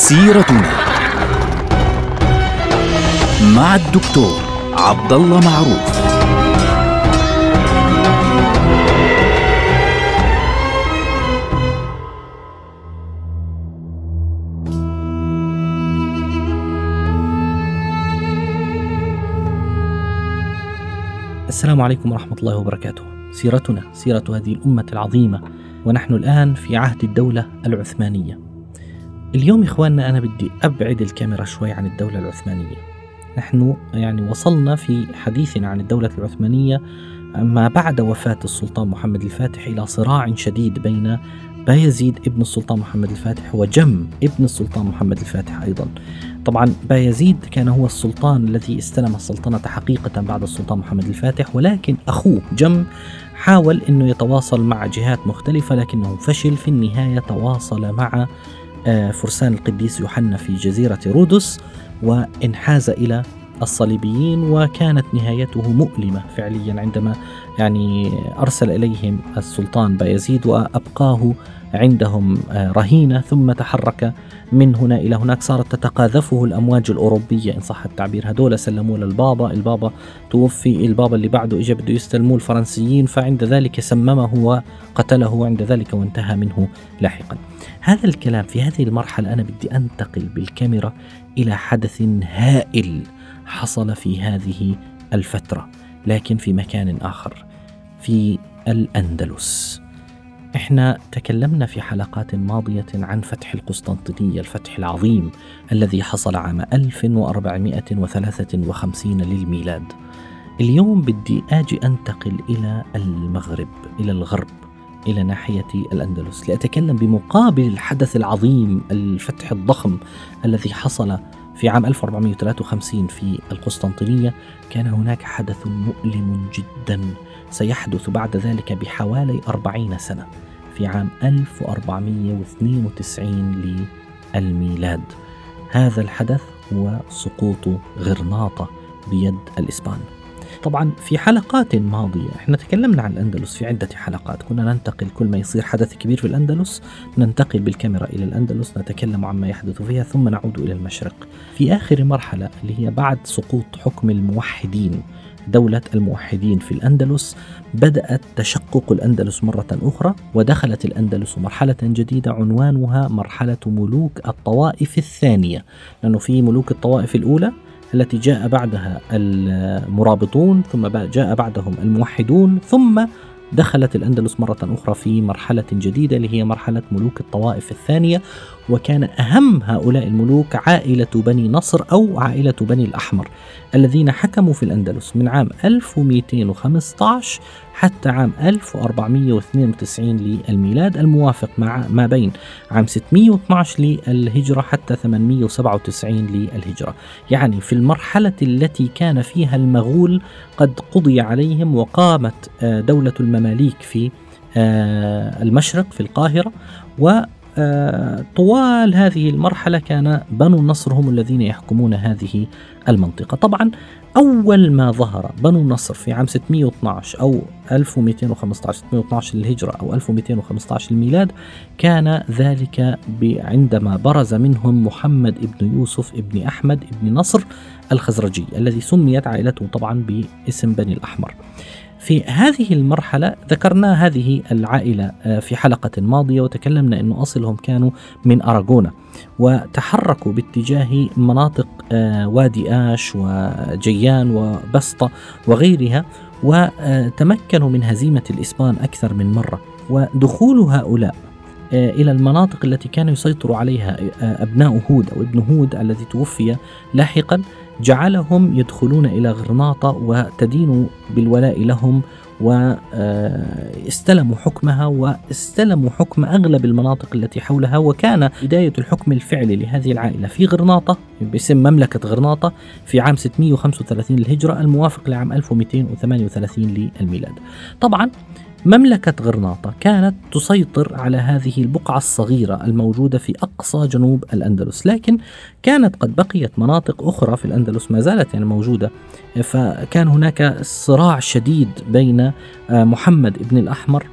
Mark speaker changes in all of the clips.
Speaker 1: سيرتنا مع الدكتور عبد الله معروف.
Speaker 2: السلام عليكم ورحمة الله وبركاته. سيرتنا سيرة هذه الأمة العظيمة، ونحن الآن في عهد الدولة العثمانية. اليوم إخواننا أنا بدي أبعد الكاميرا شوي عن الدولة العثمانية. نحن وصلنا في حديثنا عن الدولة العثمانية ما بعد وفاة السلطان محمد الفاتح إلى صراع شديد بين بايزيد ابن السلطان محمد الفاتح وجم ابن السلطان محمد الفاتح أيضا. طبعا بايزيد كان هو السلطان الذي استلم السلطنة حقيقة بعد السلطان محمد الفاتح، ولكن أخوه جم حاول أنه يتواصل مع جهات مختلفة لكنه فشل. في النهاية تواصل مع فرسان القديس يوحنا في جزيرة رودس وانحاز إلى الصليبيين، وكانت نهايته مؤلمة فعليا عندما أرسل إليهم السلطان بايزيد وأبقاه عندهم رهينة، ثم تحرك من هنا إلى هناك. صارت تتقاذفه الأمواج الأوروبية إن صح التعبير. هدول سلموه للبابا، البابا توفي، البابا اللي بعده إجا بده يستلموه الفرنسيين، فعند ذلك سممه وقتله عند ذلك وانتهى منه لاحقا. هذا الكلام في هذه المرحلة أنا بدي أنتقل بالكاميرا إلى حدث هائل حصل في هذه الفترة، لكن في مكان آخر، في الأندلس. احنا تكلمنا في حلقات ماضية عن فتح القسطنطينية، الفتح العظيم الذي حصل عام 1453 للميلاد. اليوم بدي أجي أنتقل إلى المغرب، إلى الغرب، إلى ناحية الأندلس، لأتكلم بمقابل الحدث العظيم، الفتح الضخم الذي حصل في عام 1453 في القسطنطينية. كان هناك حدث مؤلم جدا سيحدث بعد ذلك بحوالي 40 سنة في عام 1492 للميلاد. هذا الحدث هو سقوط غرناطة بيد الإسبان. طبعا في حلقات ماضية احنا تكلمنا عن الأندلس في عدة حلقات، كنا ننتقل كل ما يصير حدث كبير في الأندلس ننتقل بالكاميرا إلى الأندلس، نتكلم عما يحدث فيها ثم نعود إلى المشرق. في آخر مرحلة اللي هي بعد سقوط حكم الموحدين، دولة الموحدين في الأندلس، بدأت تشقق الأندلس مرة أخرى، ودخلت الأندلس مرحلة جديدة عنوانها مرحلة ملوك الطوائف الثانية، لأنه في ملوك الطوائف الأولى التي جاء بعدها المرابطون، ثم جاء بعدهم الموحدون، ثم دخلت الأندلس مرة أخرى في مرحلة جديدة اللي هي مرحلة ملوك الطوائف الثانية. وكان أهم هؤلاء الملوك عائلة بني نصر أو عائلة بني الأحمر الذين حكموا في الأندلس من عام 1215 حتى عام 1492 للميلاد، الموافق مع ما بين عام 612 للهجرة حتى 897 للهجرة. يعني في المرحلة التي كان فيها المغول قد قضي عليهم، وقامت دولة المماليك في المشرق في القاهرة، طوال هذه المرحلة كان بنو النصر هم الذين يحكمون هذه المنطقة. طبعا أول ما ظهر بنو النصر في عام 612 أو 1215 612 للهجرة أو 1215 للميلاد، كان ذلك عندما برز منهم محمد ابن يوسف ابن أحمد ابن نصر الخزرجي الذي سميت عائلته طبعا باسم بني الأحمر. في هذه المرحلة ذكرنا هذه العائلة في حلقة ماضية، وتكلمنا أنه أصلهم كانوا من أراغونا، وتحركوا باتجاه مناطق وادي آش وجيان وبسطة وغيرها، وتمكنوا من هزيمة الإسبان أكثر من مرة. ودخول هؤلاء إلى المناطق التي كانوا يسيطروا عليها أبناء هود أو ابن هود الذي توفي لاحقا جعلهم يدخلون إلى غرناطة وتدين بالولاء لهم، واستلموا حكمها واستلموا حكم أغلب المناطق التي حولها. وكان بداية الحكم الفعلي لهذه العائلة في غرناطة باسم مملكة غرناطة في عام 635 للهجرة، الموافق لعام 1238 للميلاد. طبعا مملكة غرناطة كانت تسيطر على هذه البقعة الصغيرة الموجودة في أقصى جنوب الأندلس، لكن كانت قد بقيت مناطق أخرى في الأندلس ما زالت موجودة. فكان هناك صراع شديد بين محمد ابن الأحمر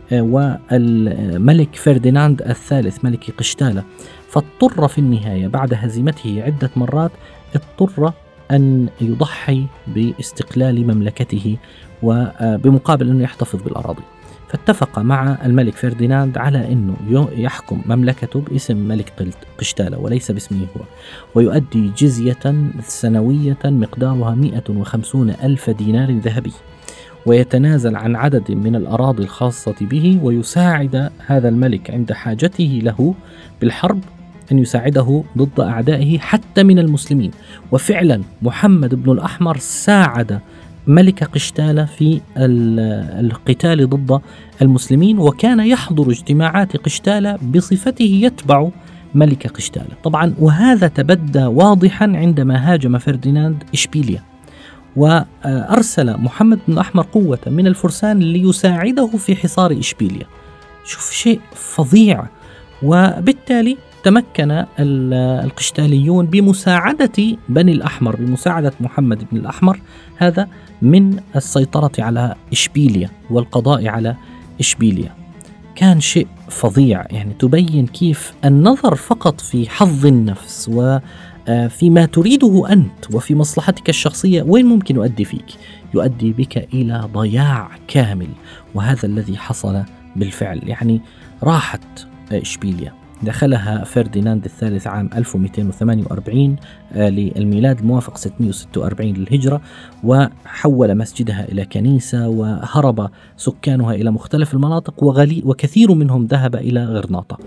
Speaker 2: والملك فرديناند الثالث ملك قشتالة. فاضطر في النهاية بعد هزيمته عدة مرات اضطر أن يضحي باستقلال مملكته وبمقابل أنه يحتفظ بالأراضي. فاتفق مع الملك فرديناند على أنه يحكم مملكته باسم ملك قشتالة وليس باسمه هو، ويؤدي جزية سنوية مقدارها 150 ألف دينار ذهبي، ويتنازل عن عدد من الأراضي الخاصة به، ويساعد هذا الملك عند حاجته له بالحرب أن يساعده ضد أعدائه حتى من المسلمين. وفعلا محمد بن الأحمر ساعد ملك قشتالة في القتال ضد المسلمين، وكان يحضر اجتماعات قشتالة بصفته يتبع ملك قشتالة طبعا. وهذا تبدى واضحا عندما هاجم فرديناند إشبيلية، وأرسل محمد بن الأحمر قوة من الفرسان ليساعده في حصار إشبيلية. شوف شيء فظيع. وبالتالي تمكن القشتاليون بمساعدة بني الأحمر، بمساعدة محمد بن الأحمر هذا، من السيطرة على إشبيلية والقضاء على إشبيلية. كان شيء فظيع، يعني تبين كيف النظر فقط في حظ النفس وفيما تريده أنت وفي مصلحتك الشخصية وين ممكن يؤدي فيك، يؤدي بك إلى ضياع كامل. وهذا الذي حصل بالفعل. يعني راحت إشبيلية، دخلها فرديناند الثالث عام 1248 للميلاد الموافق 646 للهجرة، وحول مسجدها إلى كنيسة، وهرب سكانها إلى مختلف المناطق، وكثير منهم ذهب إلى غرناطة.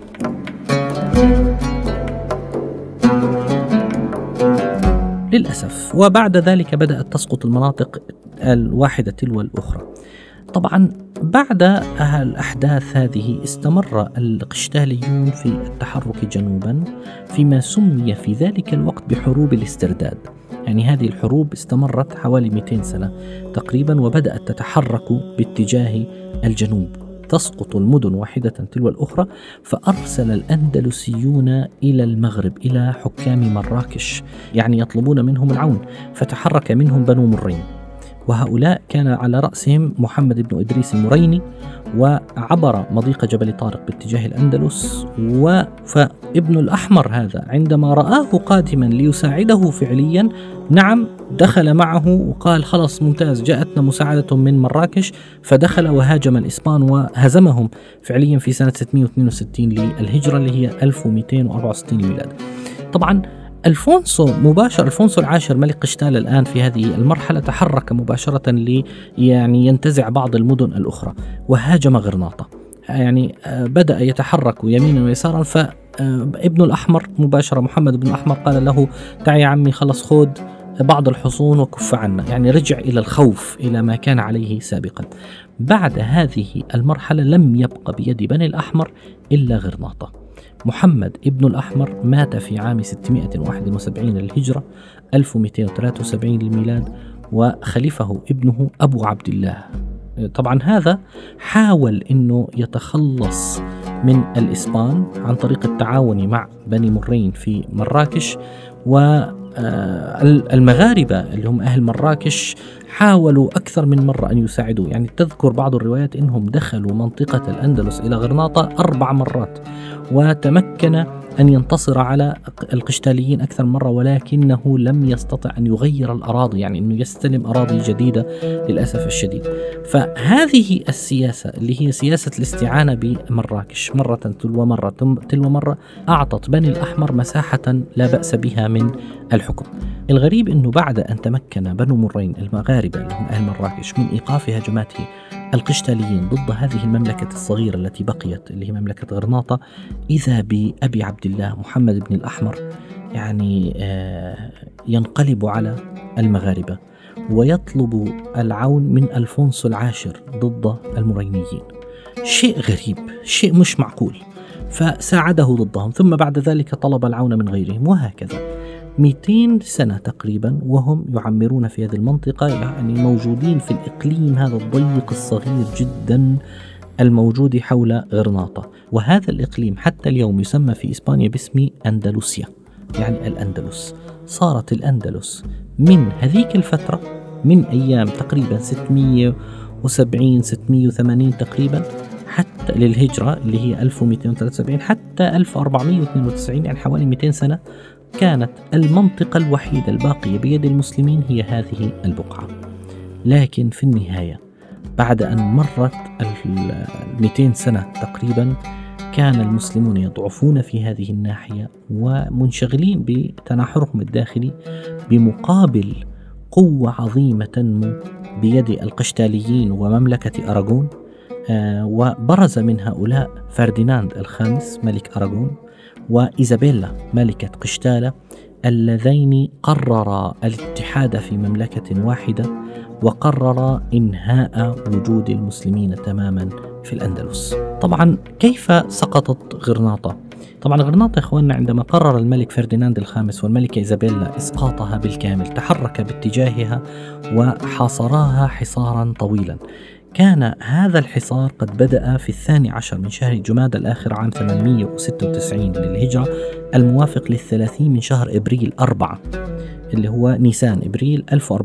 Speaker 2: للأسف. وبعد ذلك بدأت تسقط المناطق الواحدة تلو الأخرى. طبعا بعد الأحداث هذه استمر القشتاليون في التحرك جنوبا فيما سمي في ذلك الوقت بحروب الاسترداد. يعني هذه الحروب استمرت حوالي 200 سنة تقريبا، وبدأت تتحرك باتجاه الجنوب، تسقط المدن واحدة تلو الأخرى. فأرسل الأندلسيون إلى المغرب إلى حكام مراكش، يعني يطلبون منهم العون. فتحرك منهم بنو مرين، وهؤلاء كان على رأسهم محمد بن إدريس المريني، وعبر مضيق جبل طارق باتجاه الأندلس. فابن الأحمر هذا عندما رآه قادما ليساعده فعليا، نعم، دخل معه وقال خلاص ممتاز، جاءتنا مساعدة من مراكش. فدخل وهاجم الإسبان وهزمهم فعليا في سنة 662 للهجرة اللي هي 1264 للميلاد. طبعا ألفونسو العاشر ملك قشتالة الآن في هذه المرحلة تحرك مباشرة يعني ينتزع بعض المدن الأخرى، وهاجم غرناطة. يعني بدأ يتحرك يمينا ويسارا. فابن الأحمر مباشرة محمد بن الأحمر قال له تعي يا عمي، خلص خذ بعض الحصون وكف عنا، يعني رجع إلى الخوف، إلى ما كان عليه سابقا. بعد هذه المرحلة لم يبق بيد بني الأحمر إلا غرناطة. محمد ابن الأحمر مات في عام 671 للهجرة 1273 للميلاد، وخلفه ابنه أبو عبد الله. طبعا هذا حاول أنه يتخلص من الإسبان عن طريق التعاون مع بني مرين في مراكش، والمغاربة اللي هم أهل مراكش حاولوا أكثر من مرة أن يساعدوا. يعني تذكر بعض الروايات أنهم دخلوا منطقة الأندلس إلى غرناطة 4 مرات، وتمكن أن ينتصر على القشتاليين أكثر مرة، ولكنه لم يستطع أن يغير الأراضي، يعني أنه يستلم أراضي جديدة للأسف الشديد. فهذه السياسة اللي هي سياسة الاستعانة بمراكش مرة تلو مرة أعطت بني الأحمر مساحة لا بأس بها من الحكم. الغريب أنه بعد أن تمكن بنو مرين المغاربة اللي هم أهل مراكش من إيقاف هجمات القشتاليين ضد هذه المملكة الصغيرة التي بقيت اللي هي مملكة غرناطة، إذا بأبي عبد الله محمد بن الأحمر يعني ينقلب على المغاربة ويطلب العون من ألفونسو العاشر ضد المرينيين. شيء غريب، شيء مش معقول. فساعده ضدهم، ثم بعد ذلك طلب العون من غيرهم، وهكذا 200 سنة تقريبا وهم يعمرون في هذه المنطقة، يعني موجودين في الإقليم هذا الضيق الصغير جدا الموجود حول غرناطة. وهذا الإقليم حتى اليوم يسمى في إسبانيا باسم أندلسيا، يعني الأندلس. صارت الأندلس من هذيك الفترة، من أيام تقريبا 670 680 تقريبا، حتى للهجرة اللي هي 1273 حتى 1492، يعني حوالي 200 سنة كانت المنطقة الوحيدة الباقية بيد المسلمين هي هذه البقعة. لكن في النهاية بعد أن مرت 200 سنة تقريبا كان المسلمون يضعفون في هذه الناحية ومنشغلين بتناحرهم الداخلي بمقابل قوة عظيمة تنمو بيد القشتاليين ومملكة أراغون. وبرز من هؤلاء فرديناند الخامس ملك أراغون وإيزابيلا ملكة قشتالة، اللذين قررا الاتحاد في مملكة واحدة وقرر إنهاء وجود المسلمين تماما في الأندلس. طبعا كيف سقطت غرناطة؟ طبعا غرناطة إخواننا عندما قرر الملك فرديناند الخامس والملكة إيزابيلا إسقاطها بالكامل تحرك باتجاهها وحاصراها حصارا طويلا. كان هذا الحصار قد بدأ في 12 من شهر جمادى الآخر عام 896 للهجرة، الموافق لل30 من شهر إبريل 4 اللي هو نيسان إبريل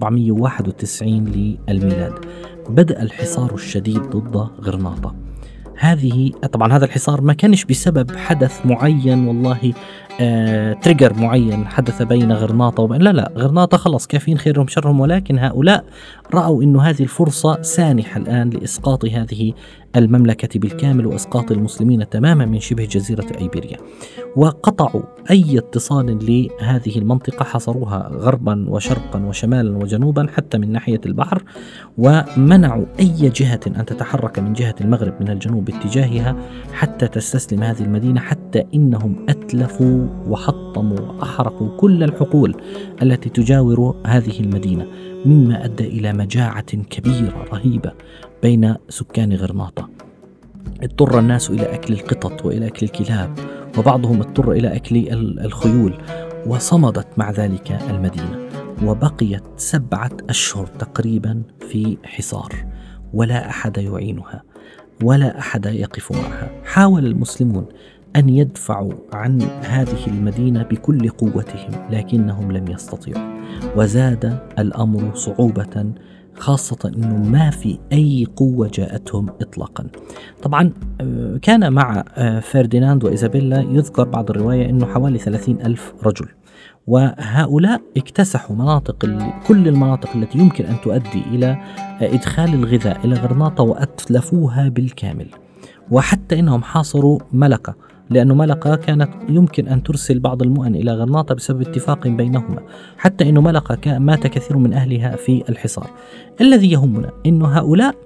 Speaker 2: 1491 للميلاد. بدأ الحصار الشديد ضد غرناطة. طبعا هذا الحصار ما كانش بسبب حدث معين، والله تريجر معين حدث بين غرناطة لا غرناطة خلص كافيين خيرهم شرهم، ولكن هؤلاء رأوا أن هذه الفرصة سانحة الآن لإسقاط هذه المملكة بالكامل وإسقاط المسلمين تماما من شبه جزيرة أيبيريا، وقطعوا أي اتصال لهذه المنطقة، حصروها غربا وشرقا وشمالا وجنوبا حتى من ناحية البحر، ومنعوا أي جهة أن تتحرك من جهة المغرب من الجنوب باتجاهها حتى تستسلم هذه المدينة، حتى إنهم أتلفوا وحطموا وأحرقوا كل الحقول التي تجاور هذه المدينة، مما أدى إلى مجاعة كبيرة رهيبة بين سكان غرناطة. اضطر الناس إلى أكل القطط وإلى أكل الكلاب، وبعضهم اضطر إلى أكل الخيول، وصمدت مع ذلك المدينة وبقيت 7 أشهر تقريبا في حصار، ولا أحد يعينها ولا أحد يقف معها. حاول المسلمون أن يدفعوا عن هذه المدينة بكل قوتهم لكنهم لم يستطيعوا، وزاد الأمر صعوبة، خاصة أنه ما في أي قوة جاءتهم إطلاقا. طبعا كان مع فرديناند وإيزابيلا يذكر بعض الرواية أنه حوالي 30,000 رجل، وهؤلاء اكتسحوا كل المناطق التي يمكن أن تؤدي إلى إدخال الغذاء إلى غرناطة وأتلفوها بالكامل. وحتى إنهم حاصروا ملكة، لأن ملقا كانت يمكن أن ترسل بعض المؤن إلى غرناطة بسبب اتفاق بينهما، حتى أن ملقا مات كثير من أهلها في الحصار. الذي يهمنا أن هؤلاء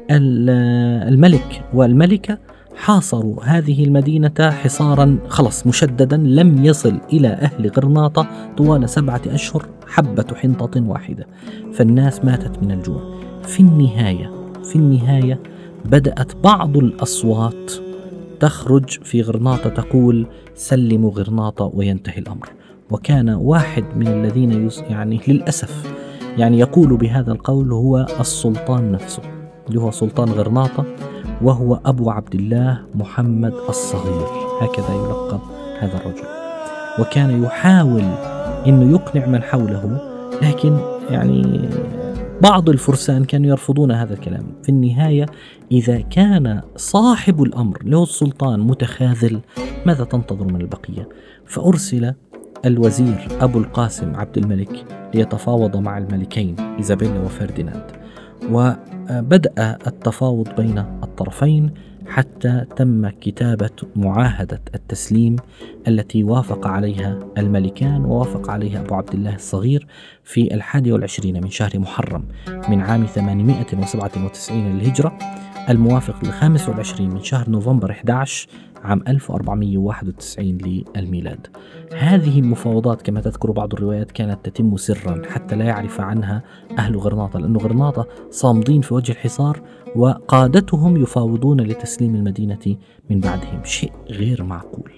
Speaker 2: الملك والملكة حاصروا هذه المدينة حصارا خلص مشددا لم يصل إلى أهل غرناطة طوال 7 أشهر حبة حنطة واحدة، فالناس ماتت من الجوع. في النهاية بدأت بعض الأصوات تخرج في غرناطة تقول سلموا غرناطة وينتهي الأمر. وكان واحد من الذين للأسف يقول بهذا القول هو السلطان نفسه، اللي هو سلطان غرناطة، وهو أبو عبد الله محمد الصغير، هكذا يلقب هذا الرجل. وكان يحاول أنه يقنع من حوله، لكن بعض الفرسان كانوا يرفضون هذا الكلام. في النهاية إذا كان صاحب الأمر له السلطان متخاذل، ماذا تنتظر من البقية؟ فأرسل الوزير أبو القاسم عبد الملك ليتفاوض مع الملكين إيزابيلا وفرديناند، وبدأ التفاوض بين الطرفين حتى تم كتابة معاهدة التسليم التي وافق عليها الملكان ووافق عليها أبو عبد الله الصغير في 21 من شهر محرم من عام 897 للهجرة، الموافق 25 من شهر نوفمبر 11 عام 1491 للميلاد. هذه المفاوضات كما تذكر بعض الروايات كانت تتم سرا حتى لا يعرف عنها أهل غرناطة، لأن غرناطة صامدين في وجه الحصار وقادتهم يفاوضون لتسليم المدينة من بعدهم. شيء غير معقول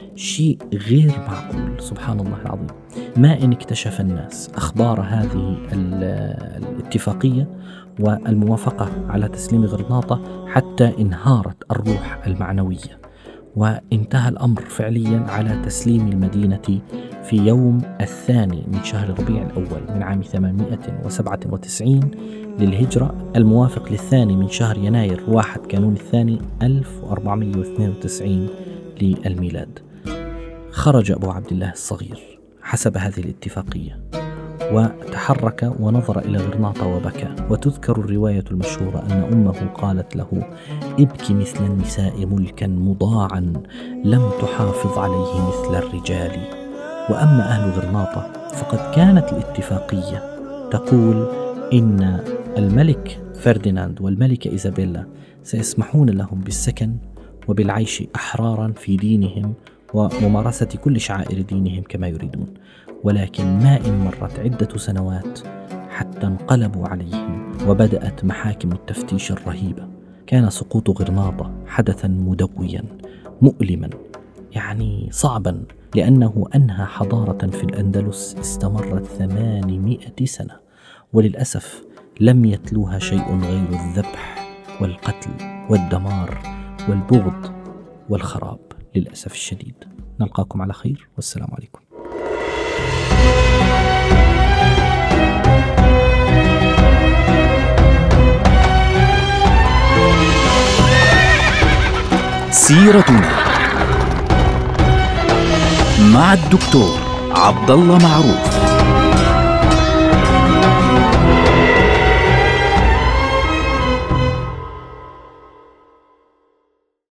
Speaker 2: سبحان الله العظيم. ما إن اكتشف الناس أخبار هذه الاتفاقية والموافقة على تسليم غرناطة حتى انهارت الروح المعنوية وانتهى الأمر فعليا على تسليم المدينة في يوم 2 من شهر ربيع الأول من عام 897 للهجرة، الموافق للثاني من شهر يناير 1 كانون الثاني 1492 للميلاد. خرج أبو عبد الله الصغير حسب هذه الاتفاقية وتحرك ونظر إلى غرناطة وبكى. وتذكر الرواية المشهورة أن أمه قالت له: ابكي مثل النساء ملكا مضاعا لم تحافظ عليه مثل الرجال. وأما أهل غرناطة فقد كانت الاتفاقية تقول إن الملك فرديناند والملكة إيزابيلا سيسمحون لهم بالسكن وبالعيش أحرارا في دينهم وممارسة كل شعائر دينهم كما يريدون. ولكن ما إن مرت عدة سنوات حتى انقلبوا عليهم وبدأت محاكم التفتيش الرهيبة. كان سقوط غرناطة حدثا مدويا مؤلما، يعني صعبا، لأنه أنهى حضارة في الأندلس استمرت 800 سنة، وللأسف لم يتلوها شيء غير الذبح والقتل والدمار والبغض والخراب للأسف الشديد. نلقاكم على خير، والسلام عليكم.
Speaker 1: سيرتنا مع الدكتور عبد الله معروف.